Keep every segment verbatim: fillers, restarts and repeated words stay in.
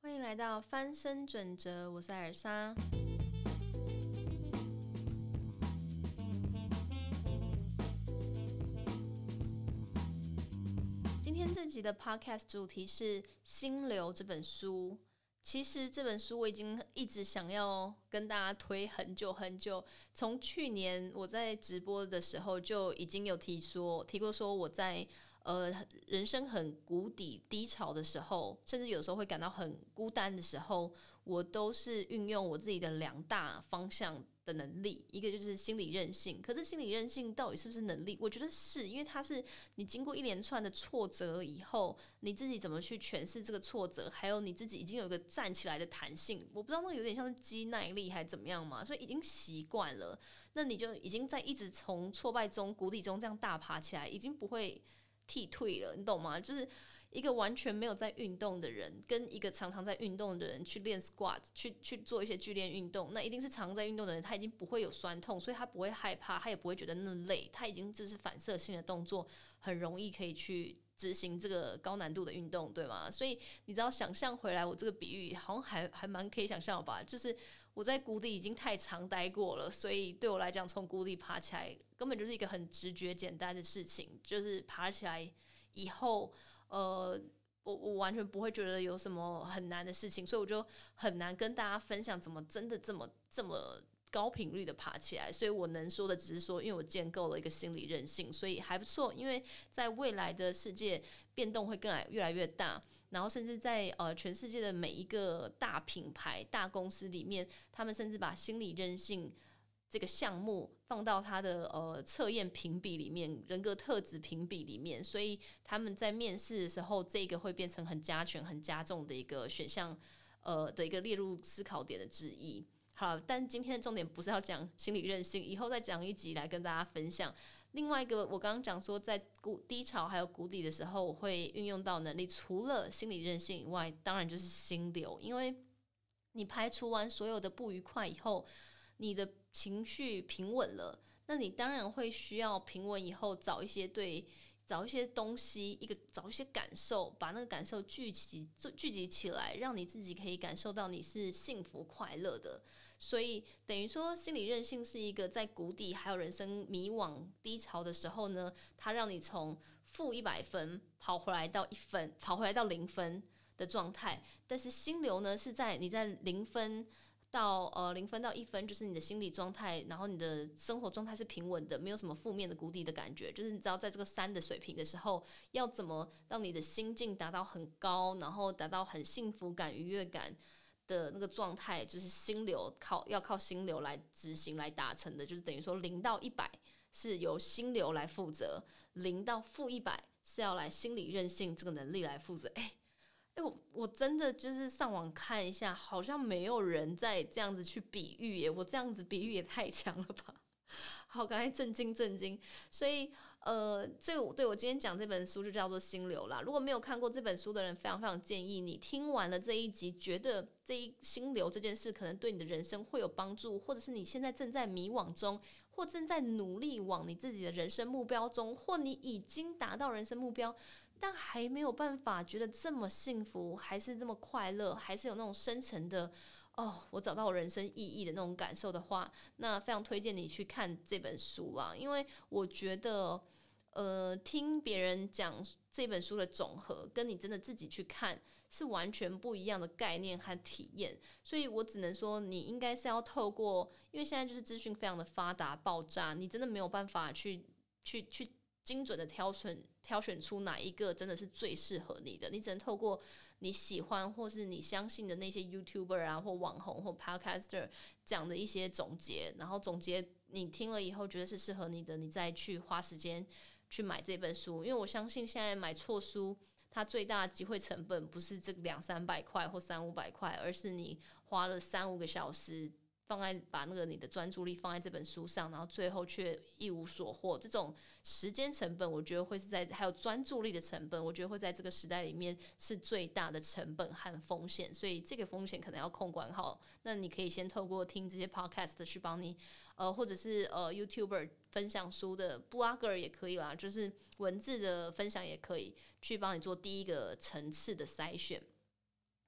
欢迎来到翻身准则，我是艾尔莎。今天这集的 podcast 主题是《心流》这本书。其实这本书我已经一直想要跟大家推很久很久，从去年我在直播的时候就已经有提说提过说我在呃人生很谷底低潮的时候，甚至有时候会感到很孤单的时候，我都是运用我自己的两大方向的能力，一个就是心理韧性。可是心理韧性到底是不是能力？我觉得是，因为它是你经过一连串的挫折以后，你自己怎么去诠释这个挫折，还有你自己已经有一个站起来的弹性。我不知道那有点像是肌耐力还是怎么样嘛，所以已经习惯了，那你就已经在一直从挫败中谷底中这样大爬起来，已经不会剃退了，你懂吗？就是一个完全没有在运动的人，跟一个常常在运动的人去练 squat， 去去做一些剧烈运动，那一定是常在运动的人，他已经不会有酸痛，所以他不会害怕，他也不会觉得那累，他已经就是反射性的动作，很容易可以去执行这个高难度的运动，对吗？所以你知道，想象回来，我这个比喻好像还还蛮可以想象的吧？就是我在谷底已经太常待过了，所以对我来讲，从谷底爬起来根本就是一个很直觉简单的事情，就是爬起来以后，呃。我, 我完全不会觉得有什么很难的事情，所以我就很难跟大家分享怎么真的这么这么高频率的爬起来。所以我能说的只是说，因为我建构了一个心理韧性，所以还不错。因为在未来的世界变动会更来越来越大，然后甚至在呃全世界的每一个大品牌、大公司里面，他们甚至把心理韧性这个项目放到他的呃测验评比里面，人格特质评比里面，所以他们在面试的时候，这个会变成很加权、很加重的一个选项，呃的一个列入思考点的之一。好，但今天的重点不是要讲心理韧性，以后再讲一集来跟大家分享。另外一个，我刚刚讲说，在谷低潮还有谷底的时候，我会运用到能力，除了心理韧性以外，当然就是心流，因为你排除完所有的不愉快以后，你的情绪平稳了，那你当然会需要平稳以后找一些对找一些东西，一个找一些感受，把那个感受聚集聚集起来，让你自己可以感受到你是幸福快乐的。所以等于说，心理韧性是一个在谷底还有人生迷惘低潮的时候呢，它让你从负一百分跑回来到一分，跑回来到零分的状态。但是心流呢，是在你在零分。到呃零分到一分，就是你的心理状态，然后你的生活状态是平稳的，没有什么负面的谷底的感觉。就是你知道，在这个山的水平的时候，要怎么让你的心境达到很高，然后达到很幸福感、愉悦感的那个状态，就是心流靠要靠心流来执行来达成的。就是等于说，零到一百是由心流来负责，零到负一百是要来心理韧性这个能力来负责。哎。欸、我, 我真的就是上网看一下，好像没有人在这样子去比喻耶，我这样子比喻也太强了吧。好，刚才震惊震惊，所以呃，这个对我今天讲这本书就叫做心流啦。如果没有看过这本书的人，非常非常建议你听完了这一集，觉得这一心流这件事可能对你的人生会有帮助，或者是你现在正在迷惘中，或正在努力往你自己的人生目标中，或你已经达到人生目标，但还没有办法觉得这么幸福，还是这么快乐，还是有那种深层的哦，我找到我人生意义的那种感受的话，那非常推荐你去看这本书啊，因为我觉得，呃，听别人讲这本书的总和，跟你真的自己去看是完全不一样的概念和体验，所以我只能说，你应该是要透过，因为现在就是资讯非常的发达爆炸，你真的没有办法去去去。精准的挑选挑选出哪一个真的是最适合你的，你只能透过你喜欢或是你相信的那些 YouTuber 啊或网红或 Podcaster 讲的一些总结，然后总结你听了以后觉得是适合你的，你再去花时间去买这本书。因为我相信现在买错书，它最大的机会成本不是这两三百块或三五百块，而是你花了三五个小时。放在把那个你的专注力放在这本书上，然后最后却一无所获，这种时间成本我觉得会是在，还有专注力的成本我觉得会在这个时代里面是最大的成本和风险，所以这个风险可能要控管好。那你可以先透过听这些 podcast 去帮你呃，或者是呃 YouTuber 分享书的 blogger 也可以啦，就是文字的分享也可以去帮你做第一个层次的筛选。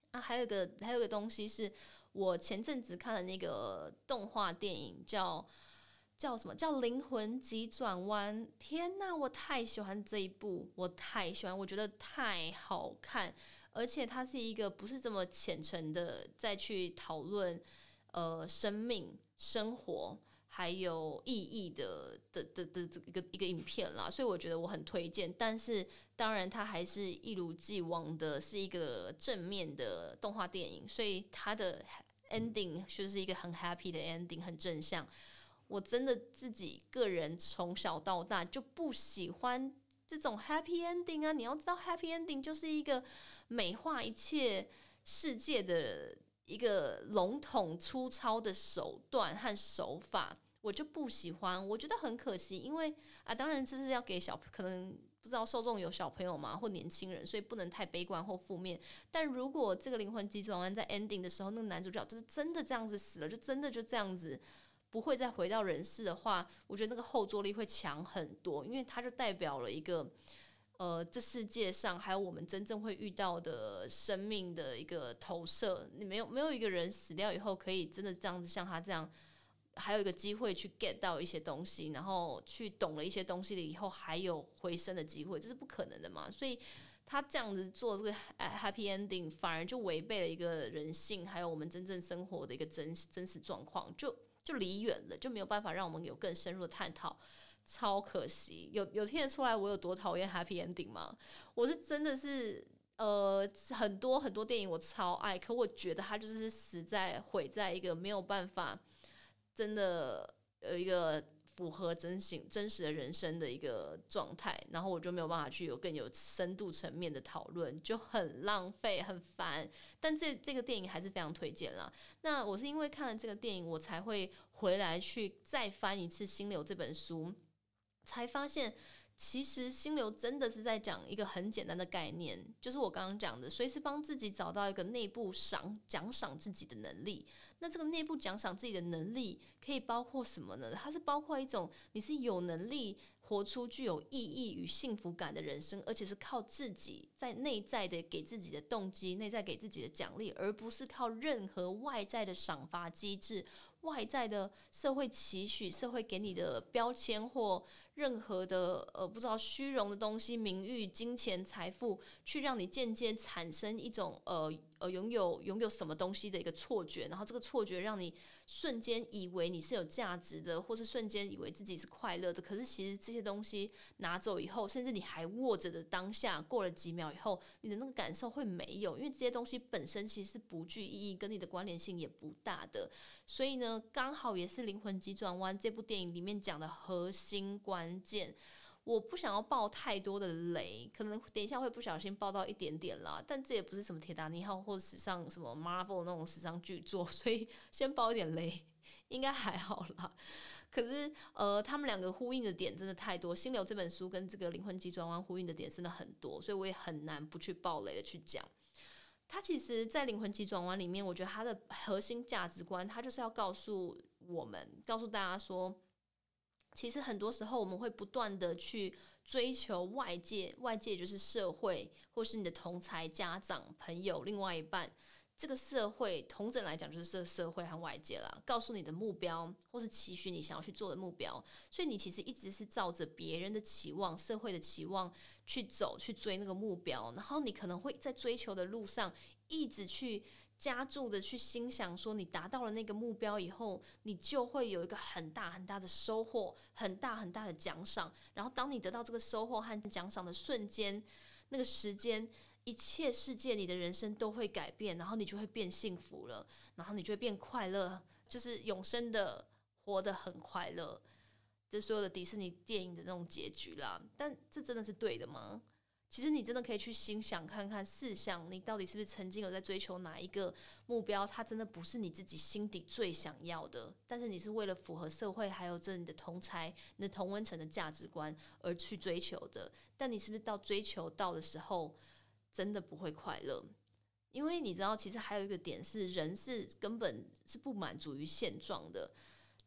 啊，还有一个还有一个东西是我前阵子看的那个动画电影叫。叫什么叫《灵魂急转弯》？天哪，我太喜欢这一部，我太喜欢，我觉得太好看，而且它是一个不是这么浅层的再去讨论呃生命、生活还有意义的的的的这个一个影片啦，所以我觉得我很推荐。但是当然，它还是一如既往的是一个正面的动画电影，所以它的 ending 就是一个很 happy 的 ending， 很正向。我真的自己个人从小到大就不喜欢这种 happy ending 啊！你要知道 happy ending 就是一个美化一切世界的一个笼统粗糙的手段和手法，我就不喜欢，我觉得很可惜。因为啊，当然这是要给小可能不知道受众有小朋友嘛，或年轻人，所以不能太悲观或负面。但如果这个灵魂急转弯在 ending 的时候，那个男主角就是真的这样子死了，就真的就这样子。不会再回到人世的话，我觉得那个后坐力会强很多，因为它就代表了一个，呃，这世界上还有我们真正会遇到的生命的一个投射。你没有没有一个人死掉以后可以真的这样子像他这样，还有一个机会去 get 到一些东西，然后去懂了一些东西了以后还有回升的机会，这是不可能的嘛。所以他这样子做这个 happy ending， 反而就违背了一个人性，还有我们真正生活的一个真真实状况，就。就离远了，就没有办法让我们有更深入的探讨，超可惜。有有听得出来我有多讨厌 happy ending 吗？我是真的是呃很多很多电影我超爱，可我觉得它就是死在毁在一个没有办法真的有一个符合真形真实的人生的一个状态，然后我就没有办法去有更有深度层面的讨论，就很浪费很烦。但这这个电影还是非常推荐啦。那我是因为看了这个电影，我才会回来去再翻一次《心流》这本书，才发现其实心流真的是在讲一个很简单的概念，就是我刚刚讲的，随时帮自己找到一个内部赏奖赏自己的能力。那这个内部奖赏自己的能力可以包括什么呢？它是包括一种你是有能力活出具有意义与幸福感的人生，而且是靠自己在内在的给自己的动机，内在给自己的奖励，而不是靠任何外在的赏罚机制、外在的社会期许、社会给你的标签或任何的呃不知道虚荣的东西、名誉、金钱、财富，去让你渐渐产生一种呃呃拥有拥有什么东西的一个错觉，然后这个错觉让你瞬间以为你是有价值的，或是瞬间以为自己是快乐的。可是其实这些东西拿走以后，甚至你还握着的当下，过了几秒以后，你的那个感受会没有，因为这些东西本身其实是不具意义，跟你的关联性也不大的。所以呢，刚好也是《灵魂急转弯》这部电影里面讲的核心关键。我不想要爆太多的雷，可能等一下会不小心爆到一点点啦，但这也不是什么铁达尼号或史上什么 Marvel 那种史上巨作，所以先爆一点雷应该还好啦。可是呃，他们两个呼应的点真的太多，《心流》这本书跟这个《灵魂急转弯》呼应的点真的很多，所以我也很难不去爆雷的去讲。它其实，在《灵魂急转弯》里面，我觉得它的核心价值观，它就是要告诉我们，告诉大家说，其实很多时候我们会不断的去追求外界，外界就是社会，或是你的同侪、家长、朋友、另外一半。这个社会同整来讲就是这个社会和外界啦，告诉你的目标或是期许你想要去做的目标，所以你其实一直是照着别人的期望、社会的期望去走，去追那个目标，然后你可能会在追求的路上一直去加注的去心想说，你达到了那个目标以后，你就会有一个很大很大的收获，很大很大的奖赏。然后当你得到这个收获和奖赏的瞬间，那个时间，一切世界你的人生都会改变，然后你就会变幸福了，然后你就会变快乐，就是永生的活得很快乐。这所有的迪士尼电影的那种结局啦，但这真的是对的吗？其实你真的可以去心想看看，试想你到底是不是曾经有在追求哪一个目标，它真的不是你自己心底最想要的，但是你是为了符合社会还有这你的同侪、你的同温层的价值观而去追求的，但你是不是到追求到的时候真的不会快乐？因为你知道其实还有一个点是，人是根本是不满足于现状的。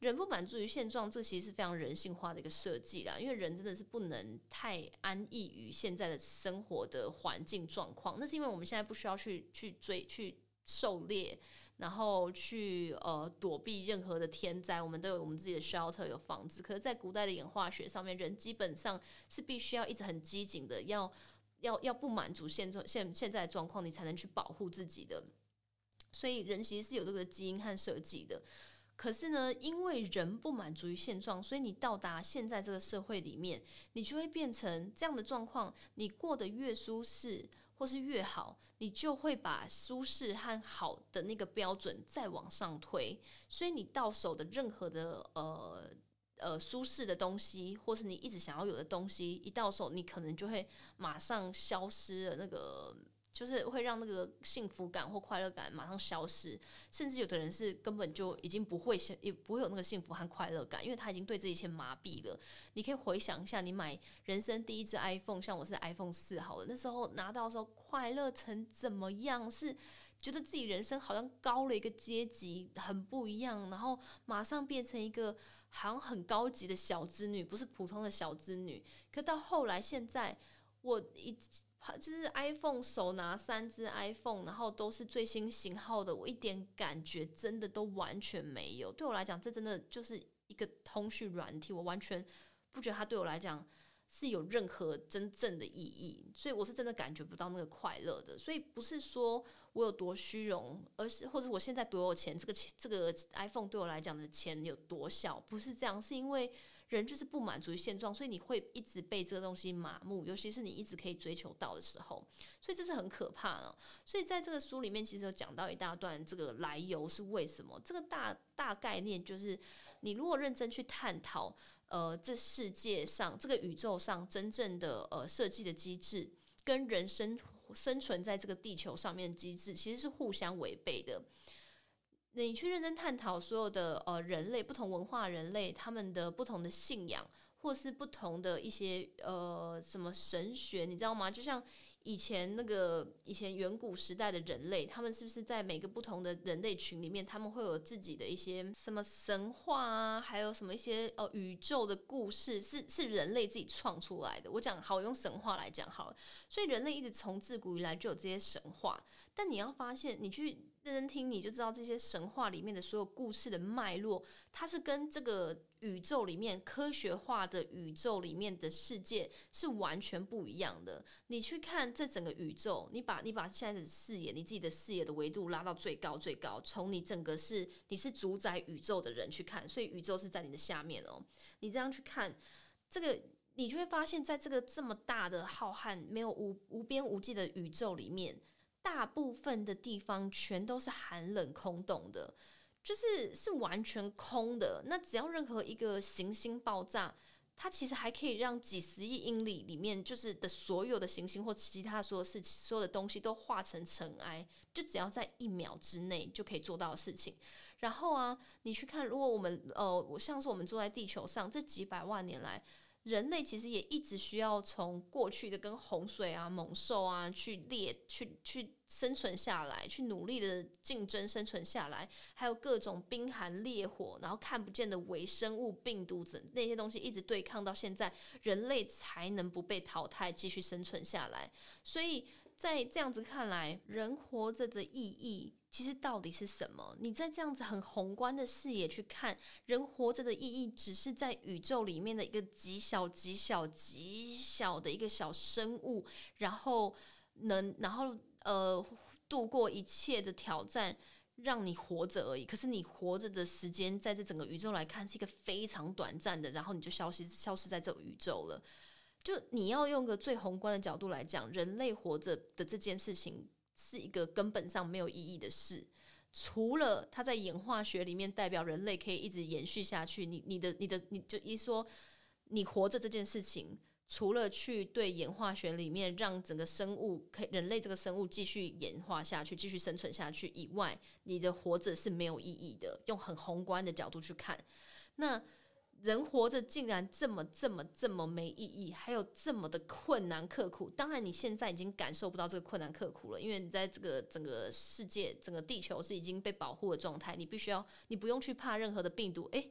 人不满足于现状，这其实是非常人性化的一个设计啦。因为人真的是不能太安逸于现在的生活的环境状况，那是因为我们现在不需要去去追去狩猎，然后去呃躲避任何的天灾，我们都有我们自己的 shelter 有房子。可是，在古代的演化学上面，人基本上是必须要一直很机警的，要要要不满足现状现现在的状况，你才能去保护自己的。所以人其实是有这个基因和设计的。可是呢，因为人不满足于现状，所以你到达现在这个社会里面，你就会变成这样的状况。你过得越舒适或是越好，你就会把舒适和好的那个标准再往上推。所以你到手的任何的呃呃舒适的东西，或是你一直想要有的东西，一到手，你可能就会马上消失了那个。就是会让那个幸福感或快乐感马上消失，甚至有的人是根本就已经不会也不会有那个幸福和快乐感，因为他已经对这一切麻痹了。你可以回想一下，你买人生第一支 iPhone， 像我是 iPhone 四好了，那时候拿到的时候快乐成怎么样？是觉得自己人生好像高了一个阶级，很不一样，然后马上变成一个好像很高级的小资女，不是普通的小资女。可到后来现在，我一就是 iPhone 手拿三支 iPhone， 然后都是最新型号的，我一点感觉真的都完全没有。对我来讲，这真的就是一个通讯软体，我完全不觉得它对我来讲是有任何真正的意义，所以我是真的感觉不到那个快乐的。所以不是说我有多虚荣，而是或者我现在多有钱，这个这个 iPhone 对我来讲的钱有多小，不是这样，是因为人就是不满足于现状，所以你会一直被这个东西麻木，尤其是你一直可以追求到的时候，所以这是很可怕的。所以在这个书里面，其实有讲到一大段这个来由是为什么。这个大大概念就是，你如果认真去探讨，呃，这世界上这个宇宙上真正的呃设计的机制，跟人生生存在这个地球上面的机制，其实是互相违背的。你去认真探讨所有的呃人类不同文化人类他们的不同的信仰，或是不同的一些呃什么神学，你知道吗？就像以前那个以前远古时代的人类，他们是不是在每个不同的人类群里面，他们会有自己的一些什么神话啊，还有什么一些呃宇宙的故事，是是人类自己创出来的。我讲好用神话来讲好了，所以人类一直从自古以来就有这些神话，但你要发现，你去认真听，你就知道这些神话里面的所有故事的脉络，它是跟这个宇宙里面科学化的宇宙里面的世界是完全不一样的。你去看这整个宇宙，你把你把现在的视野，你自己的视野的维度拉到最高最高，从你整个是你是主宰宇宙的人去看，所以宇宙是在你的下面哦。你这样去看这个，你就会发现，在这个这么大的浩瀚、没有无无边无际的宇宙里面，大部分的地方全都是寒冷空洞的，就是是完全空的。那只要任何一个行星爆炸，它其实还可以让几十亿英里里面就是的所有的行星或其他所有事情、所有的东西都化成尘埃，就只要在一秒之内就可以做到的事情。然后啊，你去看，如果我们呃，像是我们住在地球上这几百万年来，人类其实也一直需要从过去的跟洪水啊、猛兽啊去猎、去去生存下来，去努力的竞争生存下来，还有各种冰寒烈火，然后看不见的微生物、病毒等那些东西，一直对抗到现在，人类才能不被淘汰，继续生存下来。所以在这样子看来，人活着的意义其实到底是什么？你在这样子很宏观的视野去看，人活着的意义只是在宇宙里面的一个极小、极小、极小的一个小生物，然后能，然后呃，度过一切的挑战，让你活着而已。可是你活着的时间，在这整个宇宙来看，是一个非常短暂的，然后你就消失，消失在这个宇宙了。就你要用个最宏观的角度来讲，人类活着的这件事情是一个根本上没有意义的事，除了它在演化学里面代表人类可以一直延续下去。你你的你的你就一说你活着这件事情，除了去对演化学里面让整个生物可以人类这个生物继续演化下去、继续生存下去以外，你的活着是没有意义的。用很宏观的角度去看，那人活着竟然这么这么这么没意义，还有这么的困难刻苦。当然你现在已经感受不到这个困难刻苦了，因为你在这个整个世界、整个地球是已经被保护的状态，你必须要，你不用去怕任何的病毒。诶，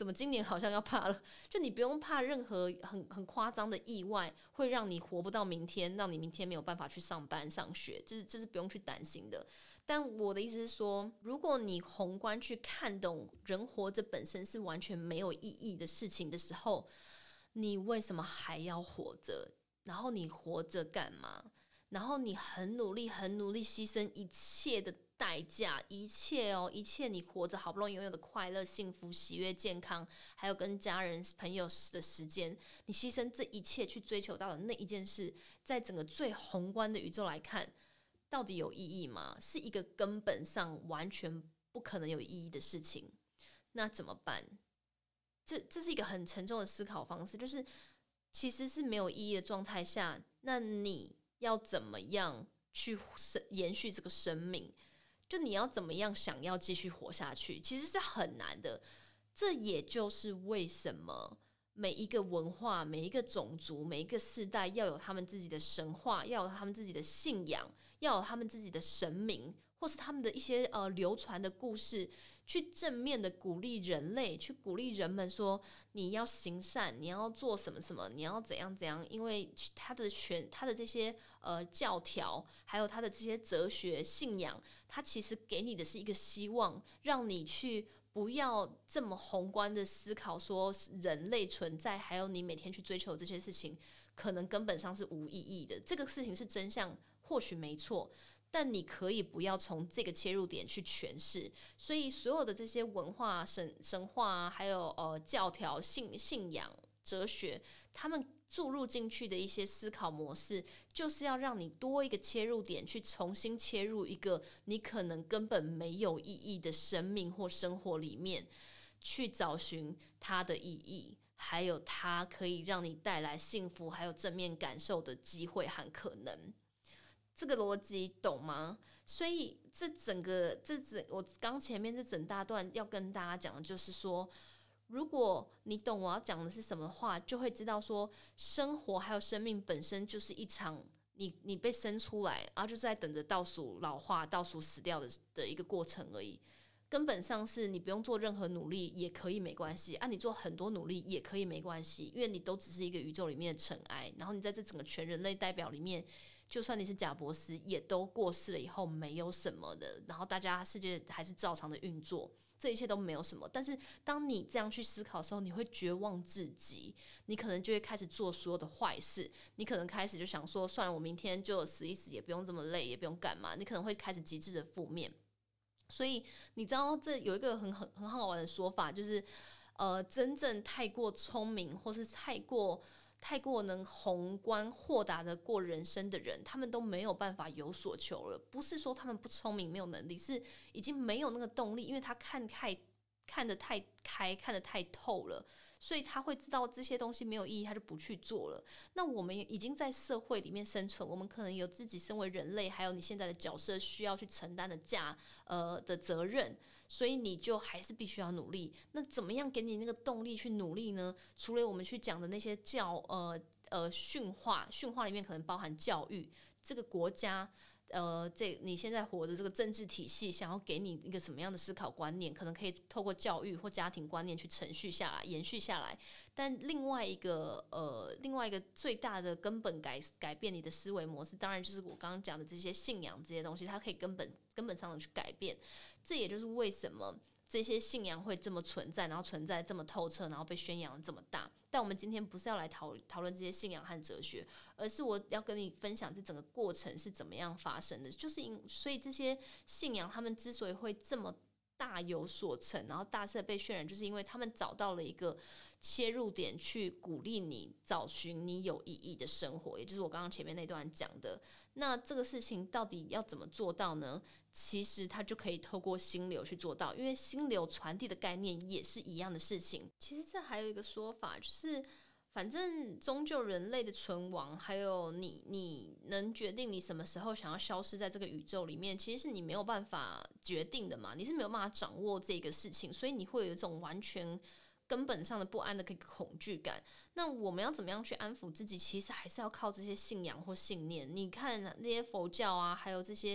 怎么今年好像要怕了？就你不用怕任何很很夸张的意外会让你活不到明天，让你明天没有办法去上班上学，这是这是不用去担心的。但我的意思是说，如果你宏观去看懂人活着本身是完全没有意义的事情的时候，你为什么还要活着？然后你活着干嘛？然后你很努力很努力牺牲一切的代价，一切哦，一切你活着好不容易拥有的快乐、幸福、喜悦、健康，还有跟家人朋友的时间，你牺牲这一切去追求到的那一件事，在整个最宏观的宇宙来看，到底有意义吗？是一个根本上完全不可能有意义的事情。那怎么办？这这是一个很沉重的思考方式，就是其实是没有意义的状态下，那你要怎么样去延续这个生命？就你要怎么样想要继续活下去，其实是很难的。这也就是为什么每一个文化、每一个种族、每一个世代要有他们自己的神话，要有他们自己的信仰，要有他们自己的神明，或是他们的一些呃流传的故事，去正面的鼓励人类，去鼓励人们说你要行善，你要做什么什么，你要怎样怎样，因为他的全他的这些呃教条，还有他的这些哲学信仰，他其实给你的是一个希望，让你去不要这么宏观的思考说人类存在，还有你每天去追求这些事情，可能根本上是无意义的。这个事情是真相，或许没错，但你可以不要从这个切入点去诠释。所以所有的这些文化、神神话啊，还有呃教条、信信仰、哲学，他们注入进去的一些思考模式，就是要让你多一个切入点，去重新切入一个你可能根本没有意义的生命或生活里面，去找寻它的意义，还有它可以让你带来幸福还有正面感受的机会和可能。这个逻辑懂吗？所以这整个这整我刚前面这整大段要跟大家讲的就是说，如果你懂我要讲的是什么话，就会知道说，生活还有生命本身就是一场你你被生出来，然后就是在等着倒数老化、倒数死掉的的一个过程而已。根本上是你不用做任何努力也可以没关系啊，你做很多努力也可以没关系，因为你都只是一个宇宙里面的尘埃，然后你在这整个全人类代表里面，就算你是贾伯斯，也都过世了以后没有什么的，然后大家世界还是照常的运作，这一切都没有什么。但是当你这样去思考的时候，你会绝望至极，你可能就会开始做所有的坏事，你可能开始就想说，算了，我明天就死一死，也不用这么累，也不用干嘛，你可能会开始极致的负面。所以你知道这有一个很很很好玩的说法，就是呃，真正太过聪明或是太过太过能宏观豁达的过人生的人，他们都没有办法有所求了。不是说他们不聪明没有能力，是已经没有那个动力，因为他看太看得太开，看得太透了，所以他会知道这些东西没有意义，他就不去做了。那我们已经在社会里面生存，我们可能有自己身为人类，还有你现在的角色需要去承担的价呃的责任，所以你就还是必须要努力。那怎么样给你那个动力去努力呢？除了我们去讲的那些教呃呃训话，训话里面可能包含教育，这个国家。呃，这你现在活的这个政治体系，想要给你一个什么样的思考观念，可能可以透过教育或家庭观念去承续下来、延续下来。但另外一个呃，另外一个最大的根本改改变你的思维模式，当然就是我刚刚讲的这些信仰这些东西，它可以根本根本上的去改变。这也就是为什么这些信仰会这么存在，然后存在这么透彻，然后被宣扬的这么大。但我们今天不是要来讨讨论这些信仰和哲学，而是我要跟你分享这整个过程是怎么样发生的。就是因所以这些信仰他们之所以会这么大有所成，然后大肆被渲染，就是因为他们找到了一个切入点，去鼓励你找寻你有意义的生活，也就是我刚刚前面那段讲的。那这个事情到底要怎么做到呢？其实它就可以透过心流去做到，因为心流传递的概念也是一样的事情。其实这还有一个说法，就是反正终究人类的存亡，还有你你能决定你什么时候想要消失在这个宇宙里面，其实是你没有办法决定的嘛，你是没有办法掌握这个事情，所以你会有一种完全根本上的不安的恐惧感。那我们要怎么样去安抚自己？其实还是要靠这些信仰或信念。你看那些佛教啊，还有这些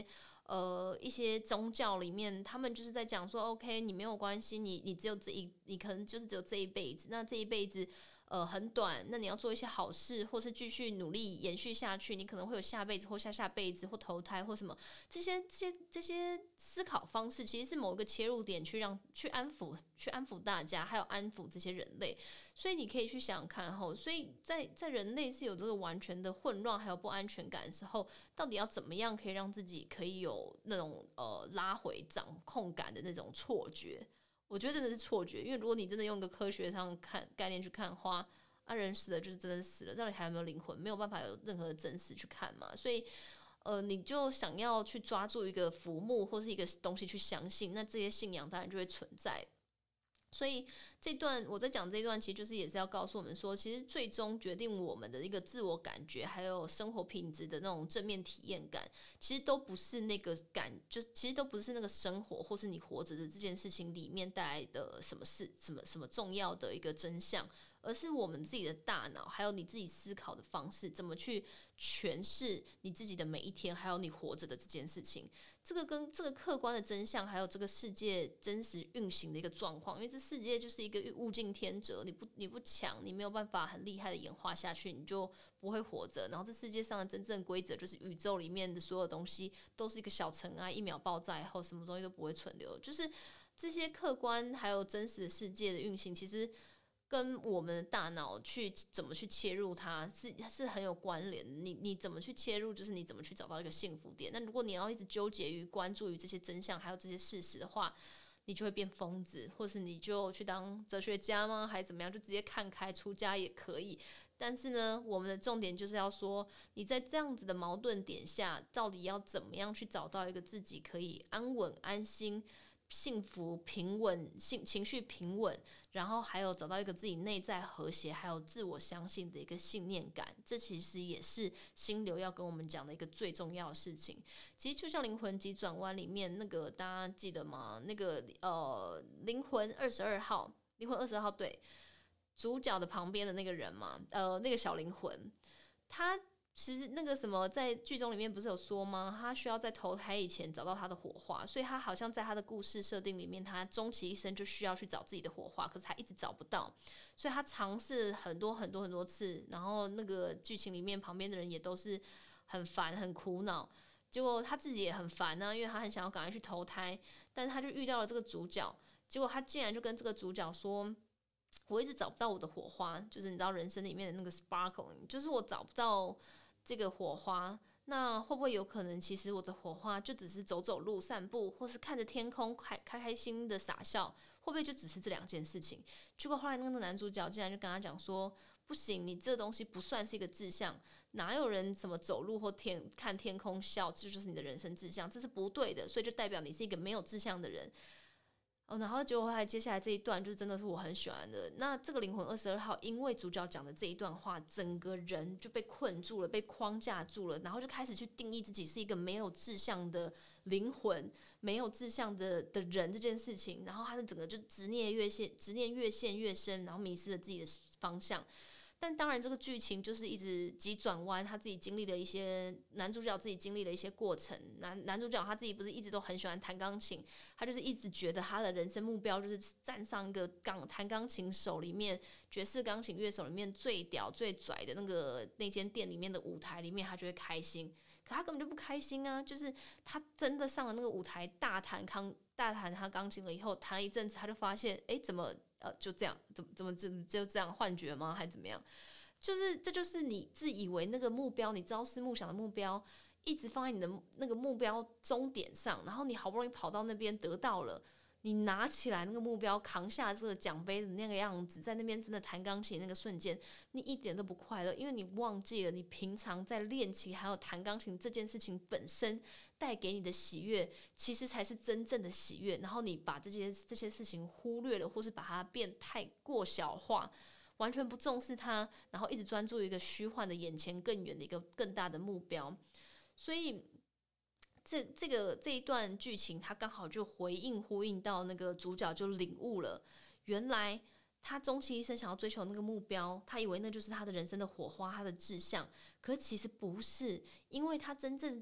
呃一些宗教里面，他们就是在讲说 OK 你没有关系，你你只有这一你可能就是只有这一辈子，那这一辈子呃很短，那你要做一些好事，或是继续努力延续下去，你可能会有下辈子或下下辈子或投胎或什么，这些这些这些思考方式其实是某一个切入点，去让去安抚去安抚大家，还有安抚这些人类。所以你可以去想想看吼，所以在在人类是有这个完全的混乱还有不安全感的时候，到底要怎么样可以让自己可以有那种呃拉回掌控感的那种错觉？我觉得真的是错觉，因为如果你真的用一个科学上看概念去看的话，啊，人死了就是真的死了，到底还有没有灵魂？没有办法有任何的真实去看嘛，所以。呃，你就想要去抓住一个浮木或是一个东西去相信，那这些信仰当然就会存在。所以这段我在讲这一段，其实就是也是要告诉我们说，其实最终决定我们的一个自我感觉，还有生活品质的那种正面体验感，其实都不是那个感，就其实都不是那个生活或是你活着的这件事情里面带来的什么事、什么什么重要的一个真相，而是我们自己的大脑，还有你自己思考的方式，怎么去诠释你自己的每一天，还有你活着的这件事情。这个跟这个客观的真相，还有这个世界真实运行的一个状况，因为这世界就是一个物竞天择，你不你不强，你没有办法很厉害的演化下去，你就不会活着。然后这世界上的真正规则，就是宇宙里面的所有东西都是一个小尘埃，一秒爆炸以后，什么东西都不会存留。就是这些客观还有真实的世界的运行，其实跟我们的大脑去怎么去切入它是是很有关联的。你你怎么去切入，就是你怎么去找到一个幸福点。那如果你要一直纠结于关注于这些真相还有这些事实的话，你就会变疯子，或是你就去当哲学家吗？还是怎么样？就直接看开出家也可以。但是呢，我们的重点就是要说，你在这样子的矛盾点下，到底要怎么样去找到一个自己可以安稳、安心、幸福、平稳、情情绪平稳，然后还有找到一个自己内在和谐，还有自我相信的一个信念感。这其实也是心流要跟我们讲的一个最重要的事情。其实就像《灵魂急转弯》里面那个，大家记得吗？那个呃，灵魂二十二号，灵魂二十二号对。主角的旁边的那个人嘛，呃，那个小灵魂，他其实那个什么，在剧中里面不是有说吗？他需要在投胎以前找到他的火花，所以他好像在他的故事设定里面，他终其一生就需要去找自己的火花，可是他一直找不到，所以他尝试很多很多很多次，然后那个剧情里面旁边的人也都是很烦很苦恼，结果他自己也很烦啊，因为他很想要赶快去投胎，但是他就遇到了这个主角，结果他竟然就跟这个主角说。我一直找不到我的火花，就是你知道人生里面的那个 sparkling， 就是我找不到这个火花。那会不会有可能，其实我的火花就只是走走路、散步，或是看着天空开开开心的傻笑？会不会就只是这两件事情？结果后来那个男主角竟然就跟他讲说：“不行，你这个东西不算是一个志向，哪有人什么走路或天看天空笑，这就是你的人生志向，这是不对的，所以就代表你是一个没有志向的人。”哦，然后结果还接下来这一段就真的是我很喜欢的。那这个灵魂二十二号，因为主角讲的这一段话，整个人就被困住了，被框架住了，然后就开始去定义自己是一个没有志向的灵魂，没有志向的的人这件事情。然后他的整个就执念越陷，执念越陷越深，然后迷失了自己的方向。但当然，这个剧情就是一直急转弯，他自己经历了一些，男主角自己经历了一些过程。男男主角他自己不是一直都很喜欢弹钢琴，他就是一直觉得他的人生目标就是站上一个钢弹钢琴手里面，爵士钢琴乐手里面最屌最拽的那个那间店里面的舞台里面，他就会开心。可他根本就不开心啊！就是他真的上了那个舞台，大弹钢大弹他钢琴了以后，弹了一阵子，他就发现，哎，怎么？呃，就这样，怎么怎么就就这样幻觉吗？还怎么样？就是这就是你自以为那个目标，你朝思暮想的目标，一直放在你的那个目标终点上，然后你好不容易跑到那边得到了，你拿起来那个目标，扛下这个奖杯的那个样子，在那边真的弹钢琴那个瞬间，你一点都不快乐，因为你忘记了你平常在练琴还有弹钢琴这件事情本身带给你的喜悦，其实才是真正的喜悦。然后你把这些这些事情忽略了，或是把它变太过小化，完全不重视它，然后一直专注于一个虚幻的眼前更远的一个更大的目标。所以这这个这一段剧情，它刚好就回应呼应到那个主角就领悟了，原来他终其一生想要追求那个目标，他以为那就是他的人生的火花，他的志向，可其实不是，因为他真正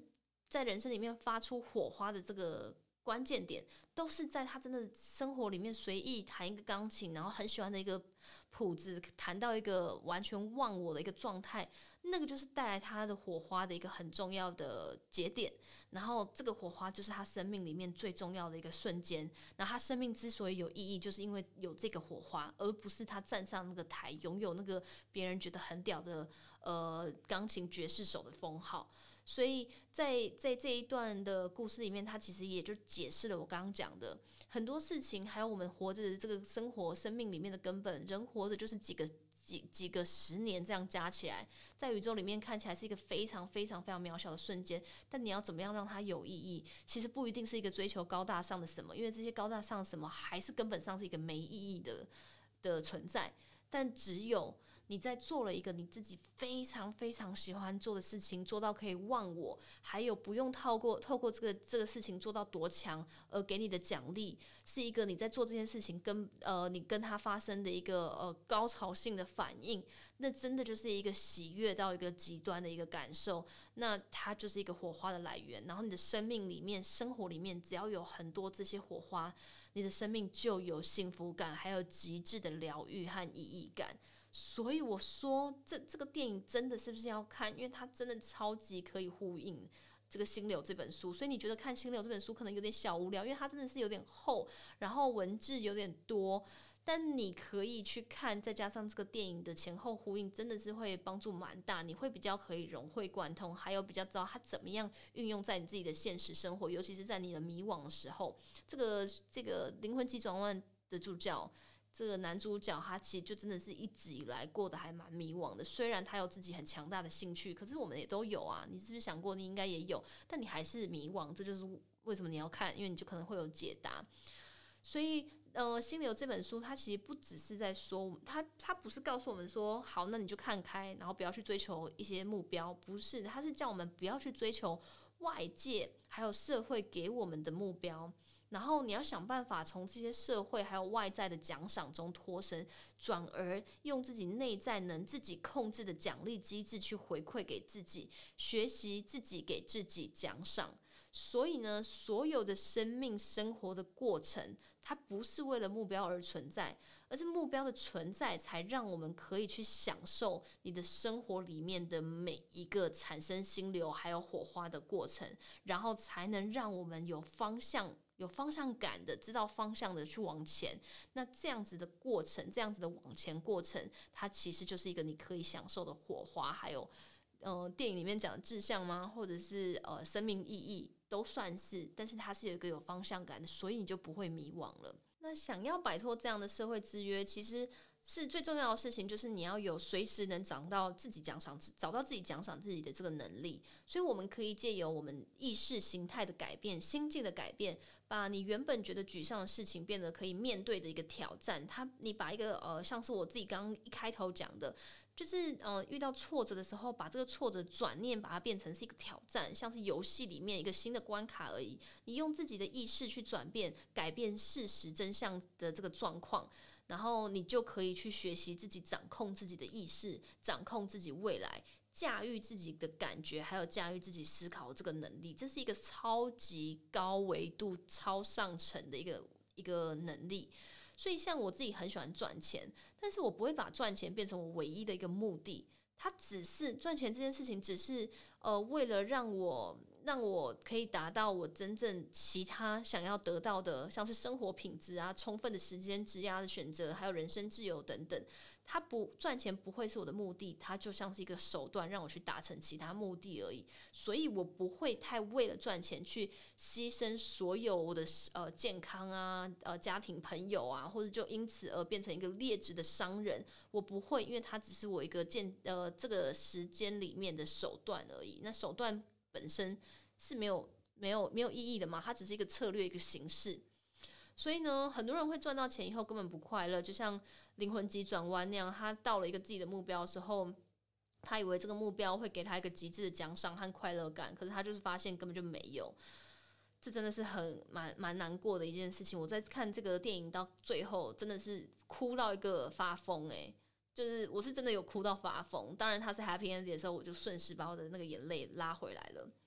在人生里面发出火花的这个关键点，都是在他真的生活里面随意弹一个钢琴，然后很喜欢的一个谱子，弹到一个完全忘我的一个状态，那个就是带来他的火花的一个很重要的节点。然后这个火花就是他生命里面最重要的一个瞬间。然后他生命之所以有意义，就是因为有这个火花，而不是他站上那个台，拥有那个别人觉得很屌的呃钢琴爵士手的封号。所以在在这一段的故事里面，他其实也就解释了我刚刚讲的很多事情，还有我们活着的这个生活生命里面的根本。人活着就是几个几几个十年这样加起来，在宇宙里面看起来是一个非常非常非常渺小的瞬间，但你要怎么样让它有意义，其实不一定是一个追求高大上的什么，因为这些高大上的什么还是根本上是一个没意义的的存在。但只有你在做了一个你自己非常非常喜欢做的事情，做到可以忘我，还有不用透过透过这个这个事情做到多强而给你的奖励，是一个你在做这件事情跟呃你跟他发生的一个呃高潮性的反应，那真的就是一个喜悦到一个极端的一个感受，那它就是一个火花的来源。然后你的生命里面、生活里面，只要有很多这些火花，你的生命就有幸福感，还有极致的疗愈和意义感。所以我说这这个电影真的是不是要看，因为它真的超级可以呼应这个《心流》这本书。所以你觉得看《心流》这本书可能有点小无聊，因为它真的是有点厚，然后文字有点多，但你可以去看，再加上这个电影的前后呼应，真的是会帮助蛮大，你会比较可以融会贯通，还有比较知道它怎么样运用在你自己的现实生活，尤其是在你的迷惘的时候。这个这个灵魂急转弯的主角，这个男主角他其实就真的是一直以来过得还蛮迷惘的，虽然他有自己很强大的兴趣，可是我们也都有啊，你是不是想过你应该也有，但你还是迷惘，这就是为什么你要看，因为你就可能会有解答。所以呃，心流这本书它其实不只是在说，它它不是告诉我们说好那你就看开，然后不要去追求一些目标，不是，它是叫我们不要去追求外界还有社会给我们的目标，然后你要想办法从这些社会还有外在的奖赏中脱身，转而用自己内在能自己控制的奖励机制去回馈给自己，学习自己给自己奖赏。所以呢，所有的生命生活的过程，它不是为了目标而存在，而是目标的存在才让我们可以去享受你的生活里面的每一个产生心流还有火花的过程，然后才能让我们有方向有方向感的知道方向的去往前。那这样子的过程，这样子的往前过程，它其实就是一个你可以享受的火花，还有呃电影里面讲的志向吗，或者是呃生命意义都算是，但是它是有一个有方向感的，所以你就不会迷惘了。那想要摆脱这样的社会制约，其实是最重要的事情，就是你要有随时能找到自己奖赏找到自己奖赏自己的这个能力。所以我们可以借由我们意识形态的改变、心境的改变，把你原本觉得沮丧的事情变得可以面对的一个挑战。它你把一个呃，像是我自己刚刚一开头讲的，就是呃遇到挫折的时候，把这个挫折转念，把它变成是一个挑战，像是游戏里面一个新的关卡而已。你用自己的意识去转变、改变事实真相的这个状况，然后你就可以去学习自己掌控自己的意识，掌控自己未来，驾驭自己的感觉，还有驾驭自己思考的这个能力。这是一个超级高维度、超上层的一个一个能力。所以像我自己很喜欢赚钱，但是我不会把赚钱变成我唯一的一个目的。它只是赚钱这件事情，只是呃为了让我让我可以达到我真正其他想要得到的，像是生活品质啊、充分的时间、职业的选择，还有人生自由等等。它不赚钱不会是我的目的，它就像是一个手段，让我去达成其他目的而已。所以我不会太为了赚钱去牺牲所有我的呃健康啊、呃家庭、朋友啊，或者就因此而变成一个劣质的商人。我不会，因为它只是我一个健呃这个时间里面的手段而已。那手段本身是没有没有没有意义的嘛，它只是一个策略、一个形式。所以呢，很多人会赚到钱以后根本不快乐，就像灵魂急转弯那样，他到了一个自己的目标的时候，他以为这个目标会给他一个极致的奖赏和快乐感，可是他就是发现根本就没有。这真的是很蛮蛮难过的一件事情。我在看这个电影到最后，真的是哭到一个发疯哎、欸，就是我是真的有哭到发疯。当然他是 happy ending 的时候，我就顺势把我的那个眼泪拉回来了。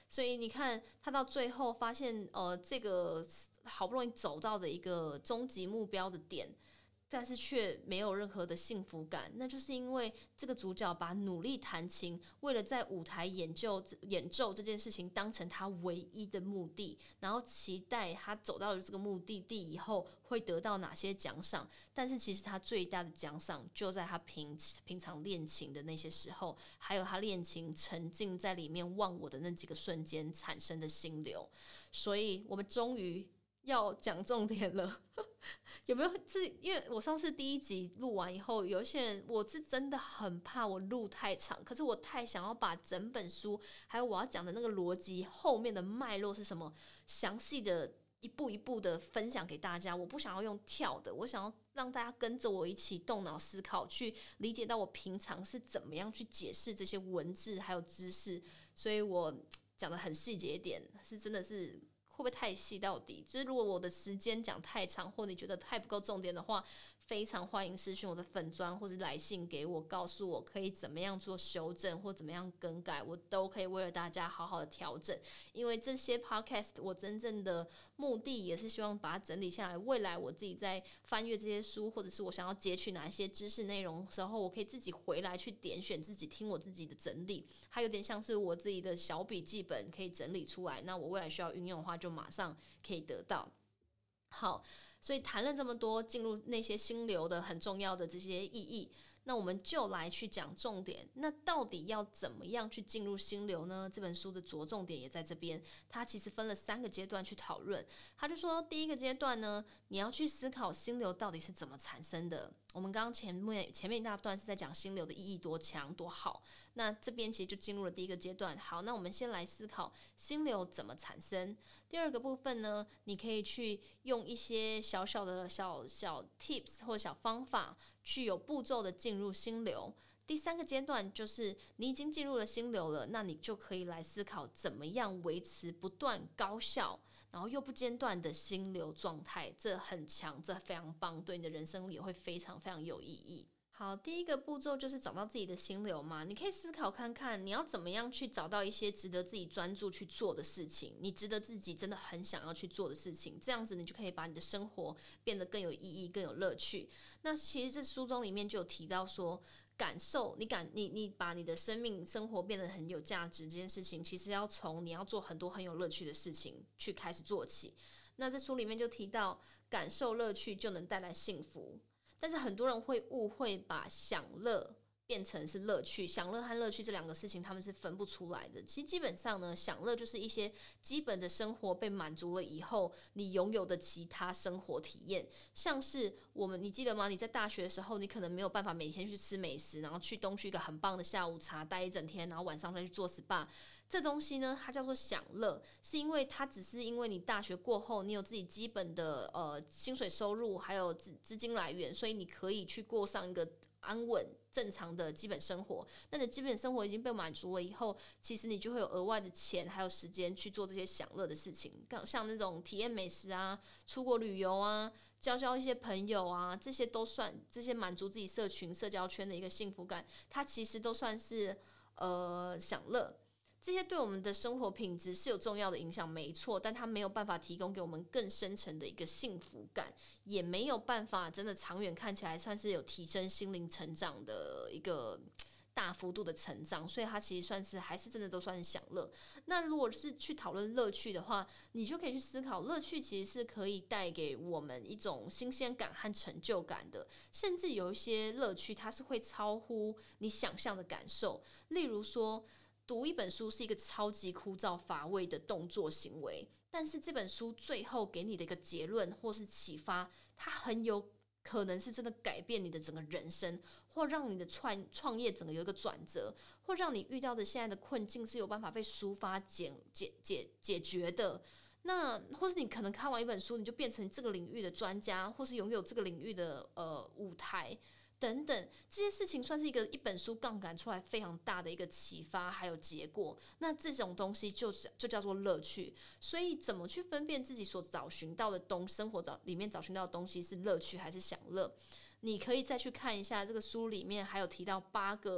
所以你看他到最后发现，呃，这个好不容易走到的一个终极目标的点，但是却没有任何的幸福感，那就是因为这个主角把努力弹琴，为了在舞台演奏演奏这件事情当成他唯一的目的，然后期待他走到了这个目的地以后会得到哪些奖赏。但是其实他最大的奖赏就在他平平常练琴的那些时候，还有他练琴沉浸在里面忘我的那几个瞬间产生的心流。所以我们终于要讲重点了。有没有？是因为我上次第一集录完以后，有一些人我是真的很怕我录太长，可是我太想要把整本书还有我要讲的那个逻辑后面的脉络是什么，详细的一步一步的分享给大家。我不想要用跳的，我想要让大家跟着我一起动脑思考，去理解到我平常是怎么样去解释这些文字还有知识。所以我讲的很细节一点，是真的是会不会太细到底？就是如果我的时间讲太长，或你觉得太不够重点的话，非常欢迎私讯我的粉专或者来信给我，告诉我可以怎么样做修正或怎么样更改，我都可以为了大家好好的调整。因为这些 podcast 我真正的目的也是希望把它整理下来，未来我自己在翻阅这些书，或者是我想要截取哪一些知识内容的时候，我可以自己回来去点选自己听我自己的整理，它有点像是我自己的小笔记本可以整理出来，那我未来需要运用的话就马上可以得到。好，所以谈了这么多进入那些心流的很重要的这些意义，那我们就来去讲重点。那到底要怎么样去进入心流呢？这本书的着重点也在这边，它其实分了三个阶段去讨论。他就说第一个阶段呢，你要去思考心流到底是怎么产生的。我们刚刚前面前面一大段是在讲心流的意义多强多好，那这边其实就进入了第一个阶段。好，那我们先来思考心流怎么产生。第二个部分呢，你可以去用一些小小的小小 tips 或小方法，去有步骤的进入心流。第三个阶段就是你已经进入了心流了，那你就可以来思考怎么样维持不断高效然后又不间断的心流状态，这很强，这非常棒，对你的人生也会非常非常有意义。好，第一个步骤就是找到自己的心流嘛，你可以思考看看你要怎么样去找到一些值得自己专注去做的事情，你值得自己真的很想要去做的事情，这样子你就可以把你的生活变得更有意义更有乐趣。那其实这书中里面就有提到说，感受你感你你把你的生命生活变得很有价值这件事情，其实要从你要做很多很有乐趣的事情去开始做起。那这书里面就提到感受乐趣就能带来幸福，但是很多人会误会把享乐变成是乐趣，享乐和乐趣这两个事情他们是分不出来的。其实基本上呢，享乐就是一些基本的生活被满足了以后你拥有的其他生活体验，像是我们你记得吗？你在大学的时候你可能没有办法每天去吃美食，然后去东区一个很棒的下午茶待一整天，然后晚上再去做 S P A， 这东西呢它叫做享乐，是因为它只是因为你大学过后你有自己基本的呃薪水收入还有资金来源，所以你可以去过上一个安稳正常的基本生活。那你的基本生活已经被满足了以后，其实你就会有额外的钱还有时间去做这些享乐的事情，像那种体验美食啊，出国旅游啊，交交一些朋友啊，这些都算，这些满足自己社群社交圈的一个幸福感，它其实都算是呃享乐。这些对我们的生活品质是有重要的影响没错，但它没有办法提供给我们更深层的一个幸福感，也没有办法真的长远看起来算是有提升心灵成长的一个大幅度的成长，所以它其实算是还是真的都算是享乐。那如果是去讨论乐趣的话，你就可以去思考，乐趣其实是可以带给我们一种新鲜感和成就感的，甚至有一些乐趣它是会超乎你想象的感受。例如说读一本书是一个超级枯燥乏味的动作行为，但是这本书最后给你的一个结论或是启发，它很有可能是真的改变你的整个人生，或让你的创创业整个有一个转折，或让你遇到的现在的困境是有办法被抒发解解解解决的。那或是你可能看完一本书，你就变成这个领域的专家，或是拥有这个领域的呃舞台等等，这些事情算是一个一本书杠杆出来非常大的一个启发还有结果，那这种东西就是就叫做乐趣。所以怎么去分辨自己所找寻到的东生活找里面找寻到的东西是乐趣还是享乐，你可以再去看一下这个书里面还有提到八个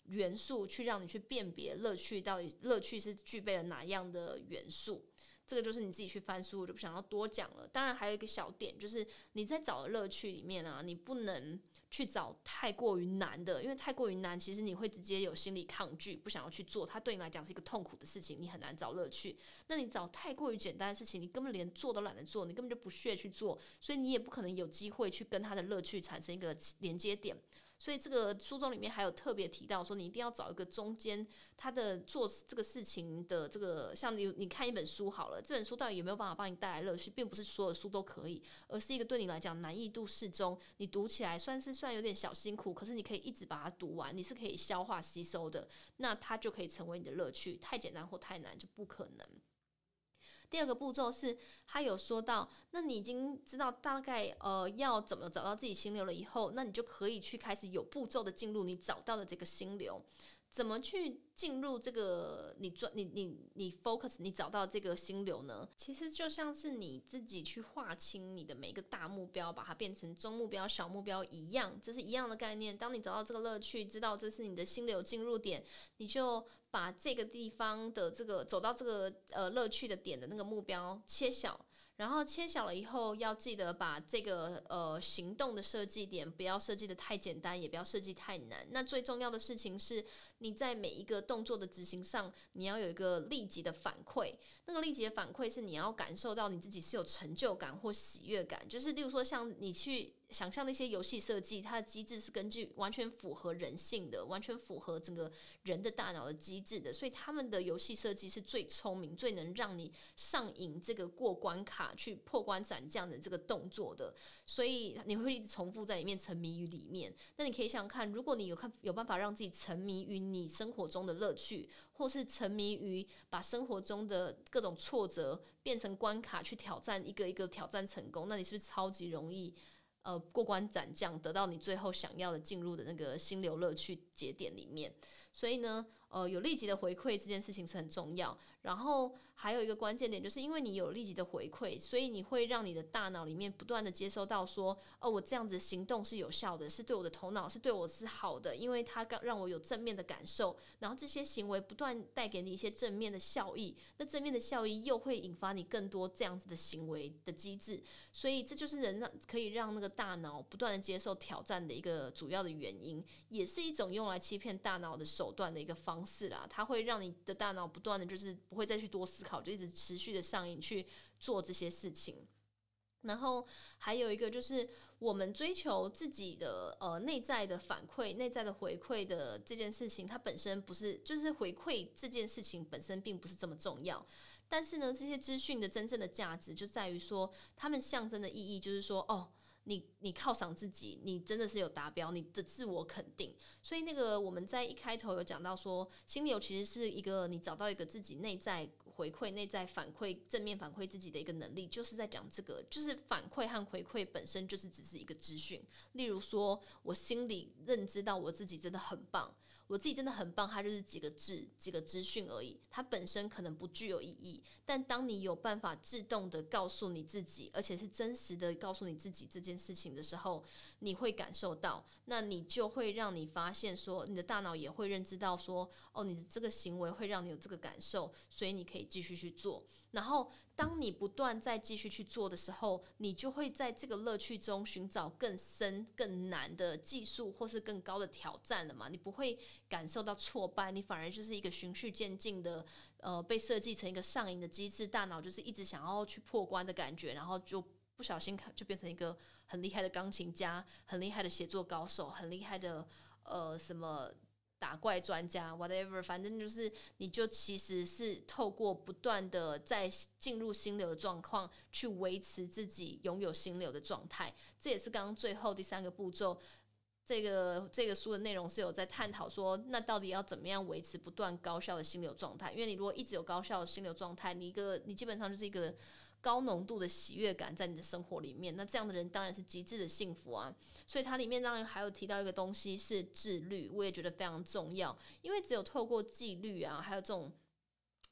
元素去让你去辨别乐趣到底乐趣是具备了哪样的元素。这个就是你自己去翻书，我就不想要多讲了。当然还有一个小点，就是你在找的乐趣里面啊，你不能去找太过于难的，因为太过于难，其实你会直接有心理抗拒，不想要去做，它对你来讲是一个痛苦的事情，你很难找乐趣。那你找太过于简单的事情，你根本连做都懒得做，你根本就不屑去做，所以你也不可能有机会去跟它的乐趣产生一个连接点。所以这个书中里面还有特别提到说，你一定要找一个中间，他的做这个事情的这个，像你你看一本书好了，这本书到底有没有办法帮你带来乐趣，并不是所有书都可以，而是一个对你来讲难易度适中，你读起来算是算有点小辛苦，可是你可以一直把它读完，你是可以消化吸收的，那它就可以成为你的乐趣。太简单或太难就不可能。第二个步骤是，他有说到，那你已经知道大概呃要怎么找到自己心流了以后，那你就可以去开始有步骤的进入你找到的这个心流。怎么去进入这个你专你你你 focus 你找到这个心流呢？其实就像是你自己去划清你的每一个大目标，把它变成中目标、小目标一样，这是一样的概念。当你找到这个乐趣，知道这是你的心流进入点，你就把这个地方的这个走到这个呃乐趣的点的那个目标切小。然后切小了以后，要记得把这个呃行动的设计点不要设计的太简单，也不要设计太难。那最重要的事情是，你在每一个动作的执行上，你要有一个立即的反馈。那个立即的反馈是你要感受到你自己是有成就感或喜悦感，就是例如说像你去想象那些游戏设计，它的机制是根据完全符合人性的，完全符合整个人的大脑的机制的，所以他们的游戏设计是最聪明、最能让你上瘾这个过关卡、去破关斩将的这个动作的，所以你会一直重复在里面，沉迷于里面。那你可以想想看，如果你有看有办法让自己沉迷于你生活中的乐趣，或是沉迷于把生活中的各种挫折变成关卡去挑战，一个一个挑战成功，那你是不是超级容易呃过关斩将，得到你最后想要的进入的那个心流乐趣节点里面？所以呢，呃，有立即的回馈这件事情是很重要。然后还有一个关键点，就是因为你有立即的回馈，所以你会让你的大脑里面不断的接收到说，哦，我这样子的行动是有效的，是对我的头脑是对我是好的，因为它让我有正面的感受。然后这些行为不断带给你一些正面的效益，那正面的效益又会引发你更多这样子的行为的机制。所以这就是人让可以让那个大脑不断的接受挑战的一个主要的原因，也是一种用来欺骗大脑的手段的一个方式啦。它会让你的大脑不断的就是不会再去多思考，就一直持续的上瘾去做这些事情。然后还有一个就是我们追求自己的呃内在的反馈、内在的回馈的这件事情，它本身不是就是回馈这件事情本身并不是这么重要。但是呢，这些资讯的真正的价值就在于说，他们象征的意义就是说，哦。你你犒赏自己，你真的是有达标，你的自我肯定。所以那个我们在一开头有讲到说，心流其实是一个你找到一个自己内在回馈、内在反馈、正面反馈自己的一个能力，就是在讲这个，就是反馈和回馈本身就是只是一个资讯。例如说，我心里认知到我自己真的很棒。我自己真的很棒，它就是几个字、几个资讯而已，它本身可能不具有意义。但当你有办法自动的告诉你自己，而且是真实的告诉你自己这件事情的时候，你会感受到，那你就会让你发现说，你的大脑也会认知到说，哦，你的这个行为会让你有这个感受，所以你可以继续去做。然后当你不断再继续去做的时候，你就会在这个乐趣中寻找更深更难的技术或是更高的挑战了嘛，你不会感受到挫败，你反而就是一个循序渐进的呃，被设计成一个上瘾的机制，大脑就是一直想要去破关的感觉，然后就不小心就变成一个很厉害的钢琴家，很厉害的写作高手，很厉害的呃什么打怪专家 whatever， 反正就是你就其实是透过不断的在进入心流的状况去维持自己拥有心流的状态。这也是刚刚最后第三个步骤，这个这个书的内容是有在探讨说，那到底要怎么样维持不断高效的心流状态？因为你如果一直有高效的心流状态，你一个你基本上就是一个高浓度的喜悦感在你的生活里面，那这样的人当然是极致的幸福啊。所以它里面当然还有提到一个东西是自律，我也觉得非常重要，因为只有透过纪律啊，还有这种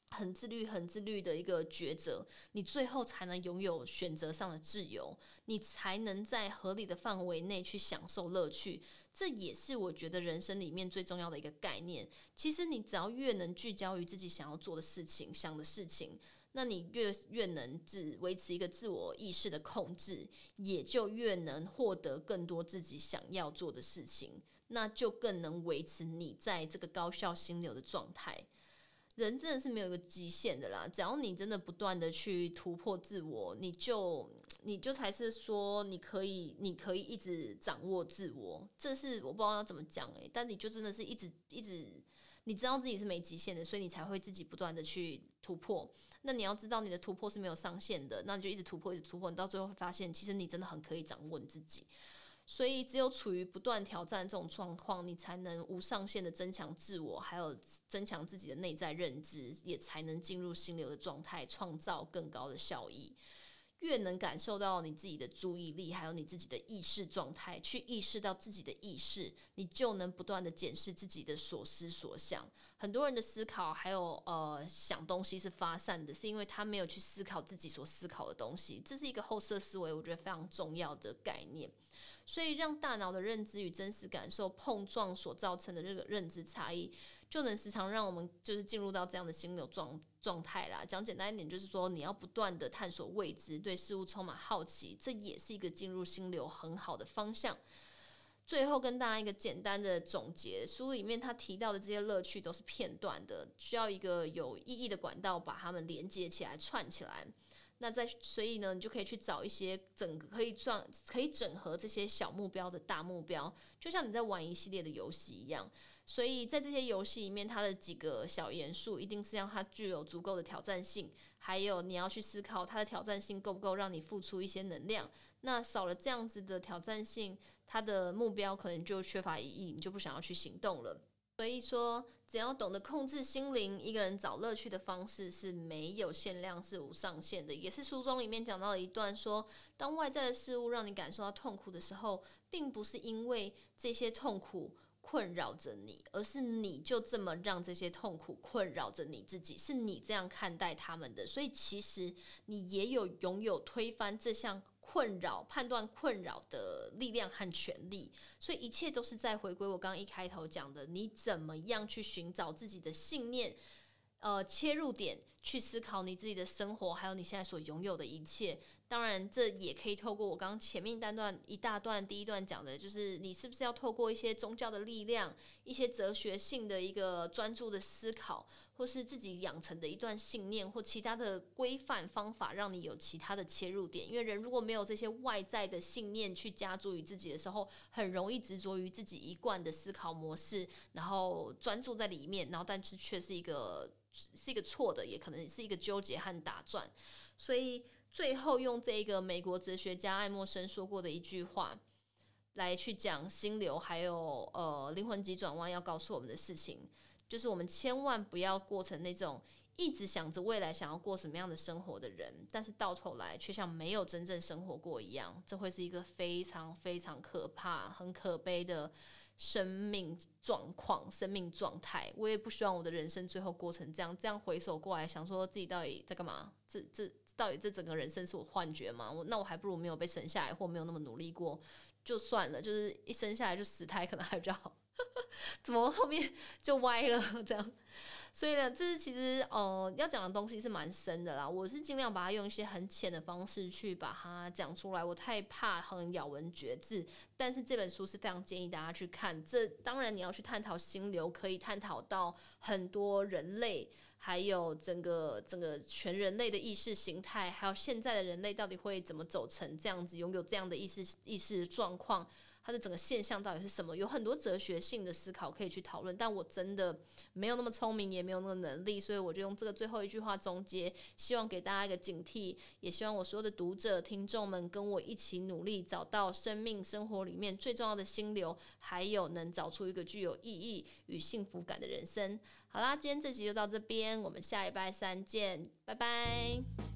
很自律、很自律的一个抉择，你最后才能拥有选择上的自由，你才能在合理的范围内去享受乐趣。这也是我觉得人生里面最重要的一个概念。其实你只要越能聚焦于自己想要做的事情、想的事情，那你越越能自维持一个自我意识的控制，也就越能获得更多自己想要做的事情，那就更能维持你在这个高效心流的状态。人真的是没有一个极限的啦，只要你真的不断的去突破自我，你就你就才是说你可以你可以一直掌握自我。这是我不知道要怎么讲诶、欸，但你就真的是一直一直你知道自己是没极限的，所以你才会自己不断的去突破。那你要知道你的突破是没有上限的，那你就一直突破一直突破，你到最后会发现其实你真的很可以掌握你自己。所以只有处于不断挑战这种状况，你才能无上限的增强自我，还有增强自己的内在认知，也才能进入心流的状态，创造更高的效益。越能感受到你自己的注意力，还有你自己的意识状态，去意识到自己的意识，你就能不断的检视自己的所思所想。很多人的思考还有呃想东西是发散的，是因为他没有去思考自己所思考的东西，这是一个后设思维，我觉得非常重要的概念。所以让大脑的认知与真实感受碰撞所造成的这个认知差异，就能时常让我们就是进入到这样的心流状状态啦。讲简单一点，就是说你要不断的探索未知，对事物充满好奇，这也是一个进入心流很好的方向。最后跟大家一个简单的总结，书里面他提到的这些乐趣都是片段的，需要一个有意义的管道把它们连接起来串起来。那在所以呢，你就可以去找一些整个可以赚、可以整合这些小目标的大目标，就像你在玩一系列的游戏一样。所以在这些游戏里面，它的几个小元素一定是让它具有足够的挑战性，还有你要去思考它的挑战性够不够让你付出一些能量。那少了这样子的挑战性，它的目标可能就缺乏意义，你就不想要去行动了。所以说，只要懂得控制心灵，一个人找乐趣的方式是没有限量，是无上限的。也是书中里面讲到的一段说，当外在的事物让你感受到痛苦的时候，并不是因为这些痛苦困扰着你，而是你就这么让这些痛苦困扰着你自己，是你这样看待他们的。所以其实你也有拥有推翻这项困扰、判断困扰的力量和权利。所以一切都是在回归我刚刚一开头讲的，你怎么样去寻找自己的信念，呃，切入点去思考你自己的生活，还有你现在所拥有的一切。当然，这也可以透过我刚刚前面单段一大段第一段讲的，就是你是不是要透过一些宗教的力量、一些哲学性的一个专注的思考，或是自己养成的一段信念，或其他的规范方法，让你有其他的切入点。因为人如果没有这些外在的信念去加注于自己的时候，很容易执着于自己一贯的思考模式，然后专注在里面，然后但是却是一个是一个错的，也可能是一个纠结和打转。所以最后用这个美国哲学家爱默生说过的一句话来去讲心流，还有呃灵魂急转弯要告诉我们的事情，就是我们千万不要过成那种一直想着未来想要过什么样的生活的人，但是到头来却像没有真正生活过一样。这会是一个非常非常可怕、很可悲的生命状况、生命状态。我也不希望我的人生最后过成这样。这样回首过来，想说自己到底在干嘛？这这到底这整个人生是我幻觉吗？我那我还不如没有被生下来，或没有那么努力过就算了，就是一生下来就死胎可能还比较好。怎么后面就歪了这样？所以呢，这是其实呃要讲的东西是蛮深的啦。我是尽量把它用一些很浅的方式去把它讲出来，我太怕很咬文嚼字。但是这本书是非常建议大家去看。这当然你要去探讨心流，可以探讨到很多人类，还有整个整个全人类的意识形态，还有现在的人类到底会怎么走成这样子，拥有这样的意识意识状况。它的整个现象到底是什么？有很多哲学性的思考可以去讨论，但我真的没有那么聪明，也没有那个能力，所以我就用这个最后一句话总结，希望给大家一个警惕，也希望我所有的读者、听众们跟我一起努力，找到生命生活里面最重要的心流，还有能找出一个具有意义与幸福感的人生。好啦，今天这集就到这边，我们下礼拜三见，拜拜。